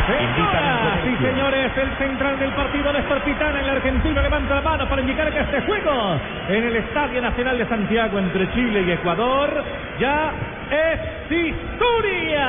Sí, señores, el central del partido Néstor Pitana, el argentino, levanta la mano para indicar que este juego en el Estadio Nacional de Santiago entre Chile y Ecuador ya es historia.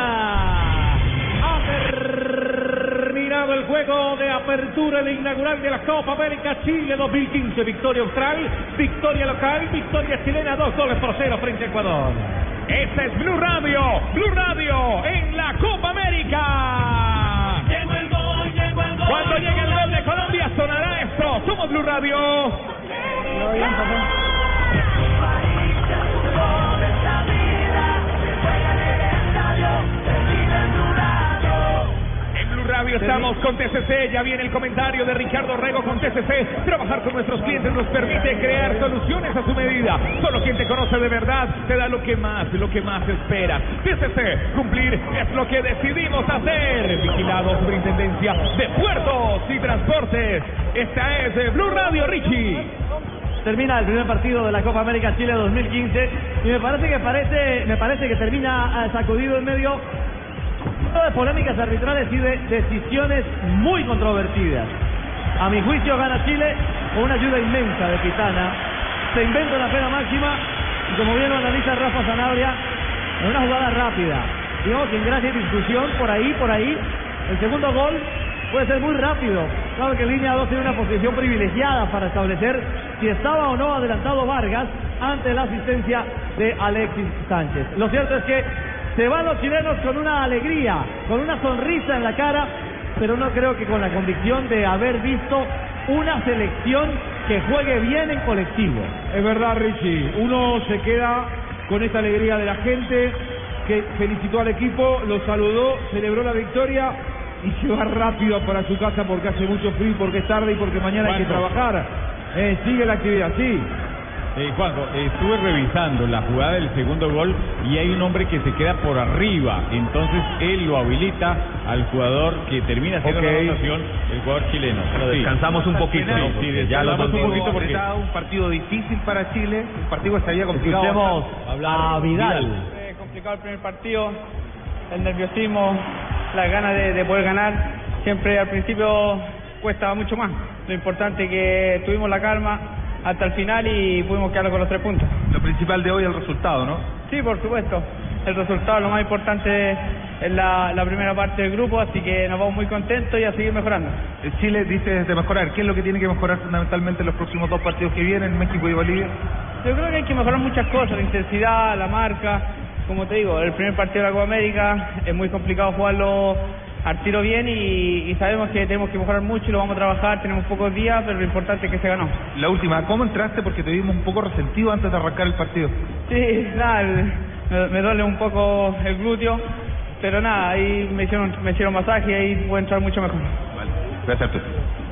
Ha terminado el juego de apertura de inaugural de la Copa América Chile 2015. Victoria austral, victoria local, victoria chilena, 2-0 frente a Ecuador. Este es Blue Radio en la Copa América. Llegó el gol, llegó el gol. Cuando llegue el gol de Colombia sonará esto. Somos Blue Radio. Radio estamos con TCC, ya viene el comentario de Ricardo Rego con TCC. Trabajar con nuestros clientes nos permite crear soluciones a su medida. Solo quien te conoce de verdad te da lo que más esperas. TCC, cumplir es lo que decidimos hacer. Vigilado Superintendencia de Puertos y Transportes. Esta es Blue Radio, Richie. Termina el primer partido de la Copa América Chile 2015 y me parece que termina sacudido en medio de polémicas arbitrales y de decisiones muy controvertidas. A mi juicio gana Chile con una ayuda inmensa de Pitana. Se inventa una pena máxima y, como bien lo analiza Rafa Sanabria, en una jugada rápida, digamos que en gracia de discusión, por ahí el segundo gol puede ser muy rápido. Claro que línea 2 tiene una posición privilegiada para establecer si estaba o no adelantado Vargas ante la asistencia de Alexis Sánchez. Lo cierto es que se van los chilenos con una alegría, con una sonrisa en la cara, pero no creo que con la convicción de haber visto una selección que juegue bien en colectivo. Es verdad, Richie, uno se queda con esta alegría de la gente que felicitó al equipo, lo saludó, celebró la victoria y se va rápido para su casa porque hace mucho frío, porque es tarde y porque mañana hay que trabajar. Sigue la actividad, sí. Juanjo, estuve revisando la jugada del segundo gol y hay un hombre que se queda por arriba, entonces él lo habilita al jugador que termina haciendo la anotación, el jugador chileno. Pero descansamos un poquito, ¿no? Sí, ya lo un poquito porque un partido difícil para Chile, un partido que estaría complicado. Escuchemos a Vidal. Complicado el primer partido, el nerviosismo, las ganas de poder ganar, siempre al principio cuesta mucho más. Lo importante es que tuvimos la calma hasta el final y pudimos quedar con los 3 puntos. Lo principal de hoy es el resultado, ¿no? Sí, por supuesto. El resultado es lo más importante en la primera parte del grupo, así que nos vamos muy contentos y a seguir mejorando. Chile dice de mejorar. ¿Qué es lo que tiene que mejorar fundamentalmente en los próximos 2 partidos que vienen, México y Bolivia? Yo creo que hay que mejorar muchas cosas, la intensidad, la marca. Como te digo, el primer partido de la Copa América es muy complicado jugarlo al tiro bien y sabemos que tenemos que mejorar mucho y lo vamos a trabajar, tenemos pocos días, pero lo importante es que se ganó. La última, ¿cómo entraste? Porque te vimos un poco resentido antes de arrancar el partido. Sí, nada, me duele un poco el glúteo, pero nada, ahí me hicieron masaje y ahí puedo entrar mucho mejor. Vale, gracias a ti.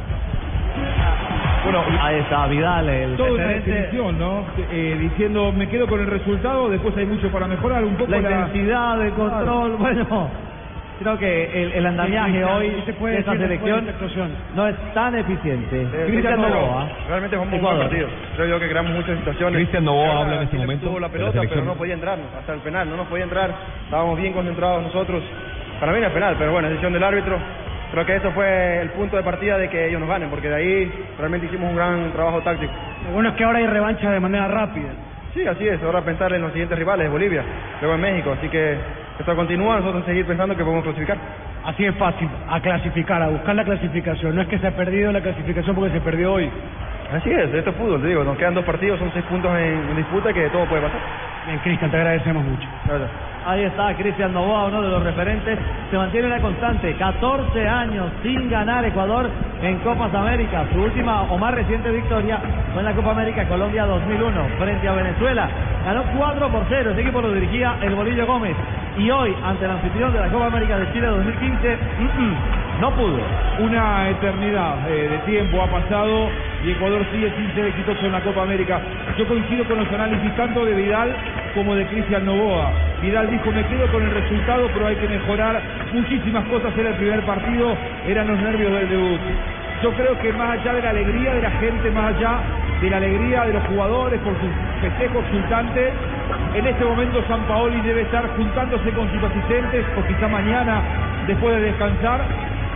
Bueno, ahí está Vidal, el toda una definición, ¿no? Diciendo, me quedo con el resultado, después hay mucho para mejorar, un poco la intensidad, el control, bueno. Creo que el andamiaje hoy de esta selección no es tan eficiente. Cristian Novoa. Realmente fue un buen partido. Creo yo que creamos muchas situaciones. Cristian Novoa habla en este momento. Tuvo la pelota, pero no podía entrar hasta el penal. No nos podía entrar. Estábamos bien concentrados nosotros. Para mí no es penal, pero bueno, decisión del árbitro. Creo que eso fue el punto de partida de que ellos nos ganen, porque de ahí realmente hicimos un gran trabajo táctico. Lo bueno es que ahora hay revancha de manera rápida. Sí, así es. Ahora pensar en los siguientes rivales, Bolivia, luego en México. Así que esto continúa, nosotros seguir pensando que podemos clasificar. Así es fácil, a clasificar, a buscar la clasificación. No es que se ha perdido la clasificación porque se perdió hoy. Así es, esto es fútbol, te digo. Nos quedan 2 partidos, son 6 puntos en disputa, que todo puede pasar. Bien, Cristian, te agradecemos mucho. Gracias. Ahí está Cristian Novoa, uno de los referentes. Se mantiene una constante, 14 años sin ganar Ecuador en Copas América. Su última o más reciente victoria fue en la Copa América Colombia 2001 frente a Venezuela. Ganó 4-0, ese equipo lo dirigía el Bolillo Gómez. Y hoy, ante el anfitrión de la Copa América de Chile 2015, no pudo. Una eternidad de tiempo ha pasado y Ecuador sigue sin ser exitoso en la Copa América. Yo coincido con los análisis tanto de Vidal como de Cristian Novoa. Vidal dijo, me quedo con el resultado, pero hay que mejorar muchísimas cosas. Era el primer partido, eran los nervios del debut. Yo creo que más allá de la alegría de la gente, más allá de la alegría de los jugadores por sus festejos exultantes, en este momento Sampaoli debe estar juntándose con sus asistentes, o quizá mañana, después de descansar,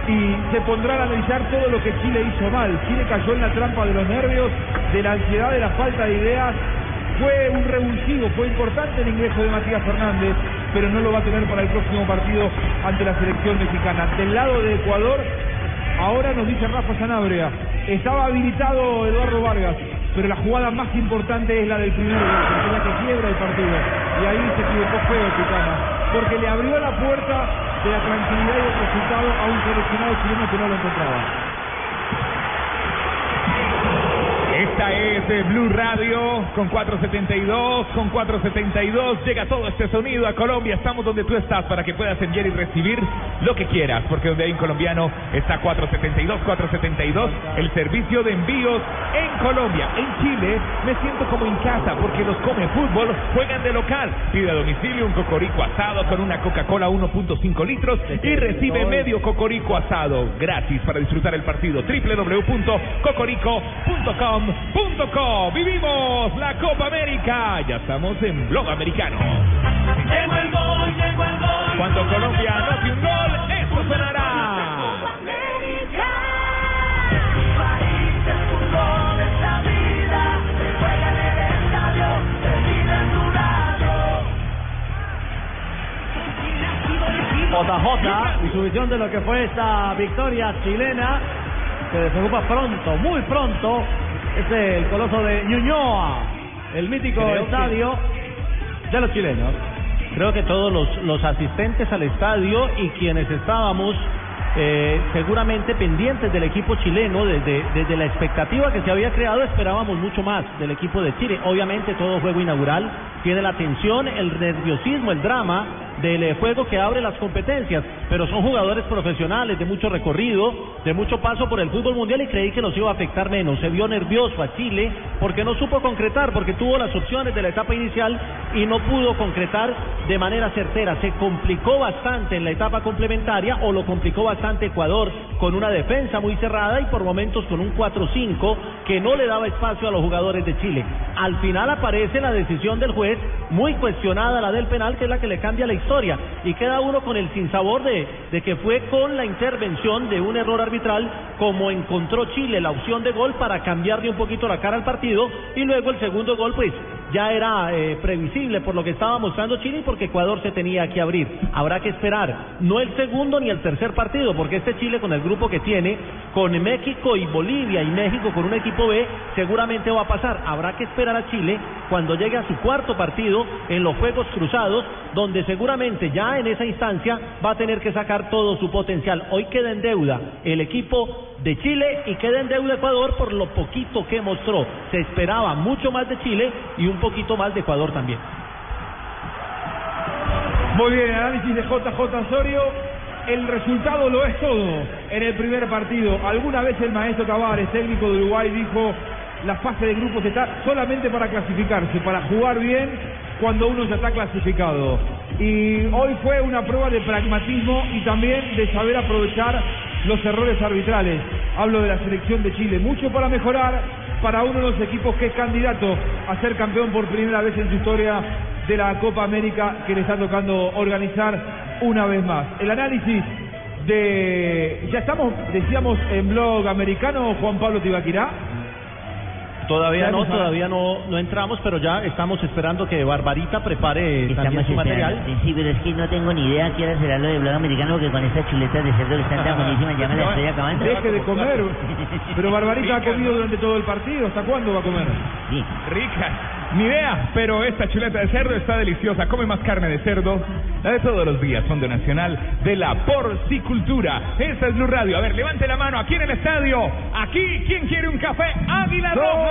y se pondrá a analizar todo lo que Chile hizo mal. Chile cayó en la trampa de los nervios, de la ansiedad, de la falta de ideas. Fue un revulsivo, fue importante el ingreso de Matías Fernández, pero no lo va a tener para el próximo partido ante la selección mexicana. Del lado de Ecuador, ahora nos dice Rafa Sanabria, estaba habilitado Eduardo Vargas, pero la jugada más importante es la del primer gol, que es la que quiebra el partido. Y ahí se equivocó feo Picana, porque le abrió la puerta de la tranquilidad y el resultado a un seleccionado chileno que no lo encontraba. Esta es Blue Radio con 472, llega todo este sonido a Colombia. Estamos donde tú estás para que puedas enviar y recibir lo que quieras, porque donde hay un colombiano está 472, el servicio de envíos en Colombia. En Chile me siento como en casa porque los Come Fútbol juegan de local. Pide a domicilio un cocorico asado con una Coca-Cola 1.5 litros y recibe medio cocorico asado gratis para disfrutar el partido. www.cocorico.com. Vivimos la Copa América. Ya estamos en Blog Americano. Llegó el gol. Cuando Colombia anote un gol, esto sonará. Copa América. País del fútbol es la vida. Se juega en el estadio, se vive en tu lado. JJ y su visión de lo que fue esta victoria chilena se desocupa pronto, muy pronto. Es el coloso de Ñuñoa, el mítico estadio de los chilenos. Creo que todos los asistentes al estadio y quienes estábamos seguramente pendientes del equipo chileno, desde la expectativa que se había creado, esperábamos mucho más del equipo de Chile. Obviamente todo juego inaugural tiene la tensión, el nerviosismo, el drama del juego que abre las competencias, pero son jugadores profesionales de mucho recorrido, de mucho paso por el fútbol mundial, y creí que nos iba a afectar menos. Se vio nervioso a Chile porque no supo concretar, porque tuvo las opciones de la etapa inicial y no pudo concretar de manera certera. Se complicó bastante en la etapa complementaria, o lo complicó bastante Ecuador con una defensa muy cerrada y por momentos con un 4-5 que no le daba espacio a los jugadores de Chile. Al final aparece la decisión del juez, muy cuestionada, la del penal, que es la que le cambia la historia, y queda uno con el sinsabor de que fue con la intervención de un error arbitral como encontró Chile la opción de gol para cambiarle un poquito la cara al partido, y luego el segundo gol pues ya era previsible por lo que estaba mostrando Chile y porque Ecuador se tenía que abrir. Habrá que esperar, no el segundo ni el tercer partido, porque este Chile, con el grupo que tiene, con México y Bolivia y México con un equipo B, seguramente va a pasar. Habrá que esperar a Chile cuando llegue a su cuarto partido en los Juegos Cruzados, donde seguramente ya en esa instancia va a tener que sacar todo su potencial. Hoy queda en deuda el equipo de Chile y queda en deuda Ecuador por lo poquito que mostró. Se esperaba mucho más de Chile y un poquito más de Ecuador también. Muy bien, análisis de JJ Osorio. El resultado lo es todo en el primer partido. Alguna vez el maestro Tavares, técnico de Uruguay, dijo: la fase de grupos está solamente para clasificarse, para jugar bien cuando uno ya está clasificado. Y hoy fue una prueba de pragmatismo y también de saber aprovechar los errores arbitrales. Hablo de la selección de Chile. Mucho para mejorar para uno de los equipos que es candidato a ser campeón por primera vez en su historia de la Copa América, que le está tocando organizar una vez más. El análisis de... Ya estamos, decíamos, en Blog Americano, Juan Pablo Tibaquirá. Todavía no entramos, pero ya estamos esperando que Barbarita prepare también su material. Sí, pero es que no tengo ni idea qué hora será lo de Blog Americano, porque con estas chuletas de cerdo que están tan buenísimas ya me las estoy acabando. Deje de comer. Pero Barbarita ha comido durante todo el partido. ¿Hasta cuándo va a comer? Sí. Rica. Ni idea, pero esta chuleta de cerdo está deliciosa. Come más carne de cerdo. La de todos los días, Fondo Nacional de la Porcicultura. Esta es Blue Radio. A ver, levante la mano aquí en el estadio. Aquí, ¿quién quiere un café? Águila Roja.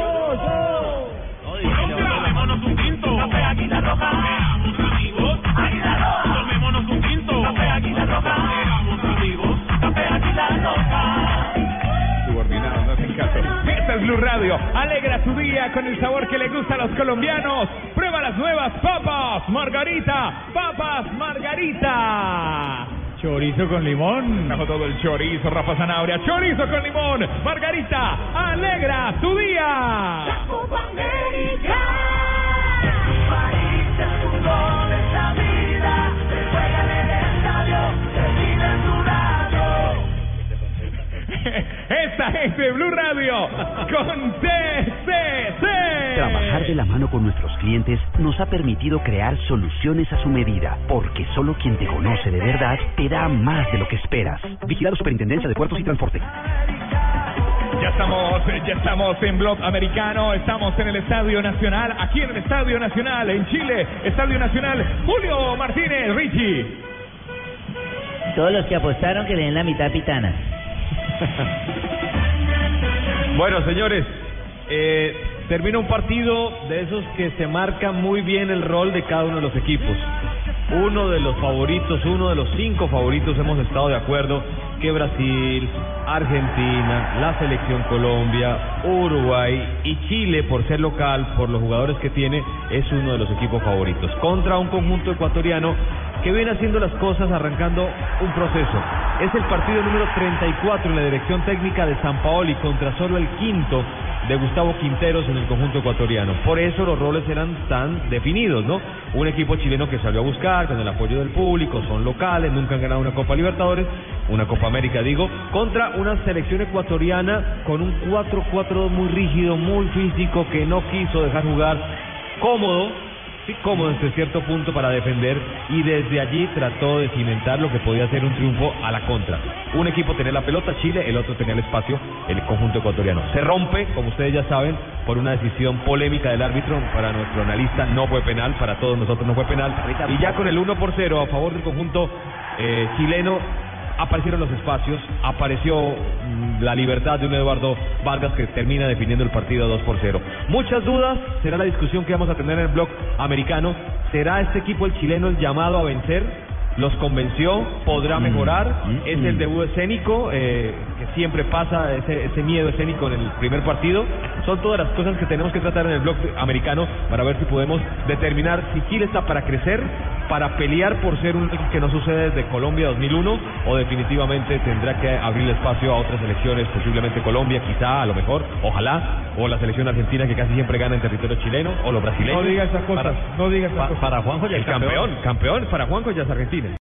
Tomémonos un tinto. Café Águila Roja. Seamos amigos. Águila Roja. Tomémonos un tinto. Café Águila Roja. Seamos amigos. Café Águila Roja. Subordinados, no hacen caso. Esta es Blue Radio. Alegra tu día con el sabor que le gusta a los colombianos. Prueba las nuevas papas Margarita. Papas Margarita. Chorizo con limón. Trajo todo el chorizo, Rafa Sanabria. Chorizo con limón. Margarita, alegra tu día. La Copa América. País del fútbol es la vida. Se juega en el estadio, se vive en tu lado. de Blue Radio con TCC. Trabajar de la mano con nuestros clientes nos ha permitido crear soluciones a su medida, porque solo quien te conoce de verdad te da más de lo que esperas. Vigilado Superintendencia de Puertos y Transporte. Ya estamos en Blog Americano, estamos en el Estadio Nacional, aquí en el Estadio Nacional, en Chile, Estadio Nacional, Julio Martínez, Richie. Todos los que apostaron que le den la mitad pitana. Bueno, señores, termina un partido de esos que se marca muy bien el rol de cada uno de los equipos. Uno de los favoritos, uno de los 5 favoritos, hemos estado de acuerdo que Brasil, Argentina, la selección Colombia, Uruguay y Chile, por ser local, por los jugadores que tiene, es uno de los equipos favoritos. Contra un conjunto ecuatoriano que viene haciendo las cosas, arrancando un proceso. Es el partido número 34 en la dirección técnica de Sampaoli contra solo el 5º de Gustavo Quinteros en el conjunto ecuatoriano. Por eso los roles eran tan definidos, ¿no? Un equipo chileno que salió a buscar con el apoyo del público, son locales, nunca han ganado una Copa Libertadores, una Copa América digo, contra una selección ecuatoriana con un 4-4-2 muy rígido, muy físico, que no quiso dejar jugar, cómodo desde cierto punto para defender, y desde allí trató de cimentar lo que podía ser un triunfo a la contra. Un equipo tenía la pelota, Chile, el otro tenía el espacio, el conjunto ecuatoriano. Se rompe, como ustedes ya saben, por una decisión polémica del árbitro. Para nuestro analista no fue penal, para todos nosotros no fue penal, y ya con el 1-0 a favor del conjunto chileno, aparecieron los espacios, apareció la libertad de un Eduardo Vargas que termina definiendo el partido 2-0. Muchas dudas, será la discusión que vamos a tener en el Blog Americano. ¿Será este equipo el chileno el llamado a vencer? ¿Los convenció? ¿Podrá mejorar? ¿Es el debut escénico que siempre pasa, ese miedo escénico en el primer partido? Son todas las cosas que tenemos que tratar en el Blog Americano para ver si podemos determinar si Chile está para crecer, para pelear por ser un equipo que no sucede desde Colombia 2001, o definitivamente tendrá que abrir espacio a otras selecciones, posiblemente Colombia, quizá, a lo mejor, ojalá, o la selección argentina que casi siempre gana en territorio chileno, o los brasileños. No diga esas cosas, no diga esas cosas. Para Juanjo ya es campeón, para Juanjo ya es Argentina.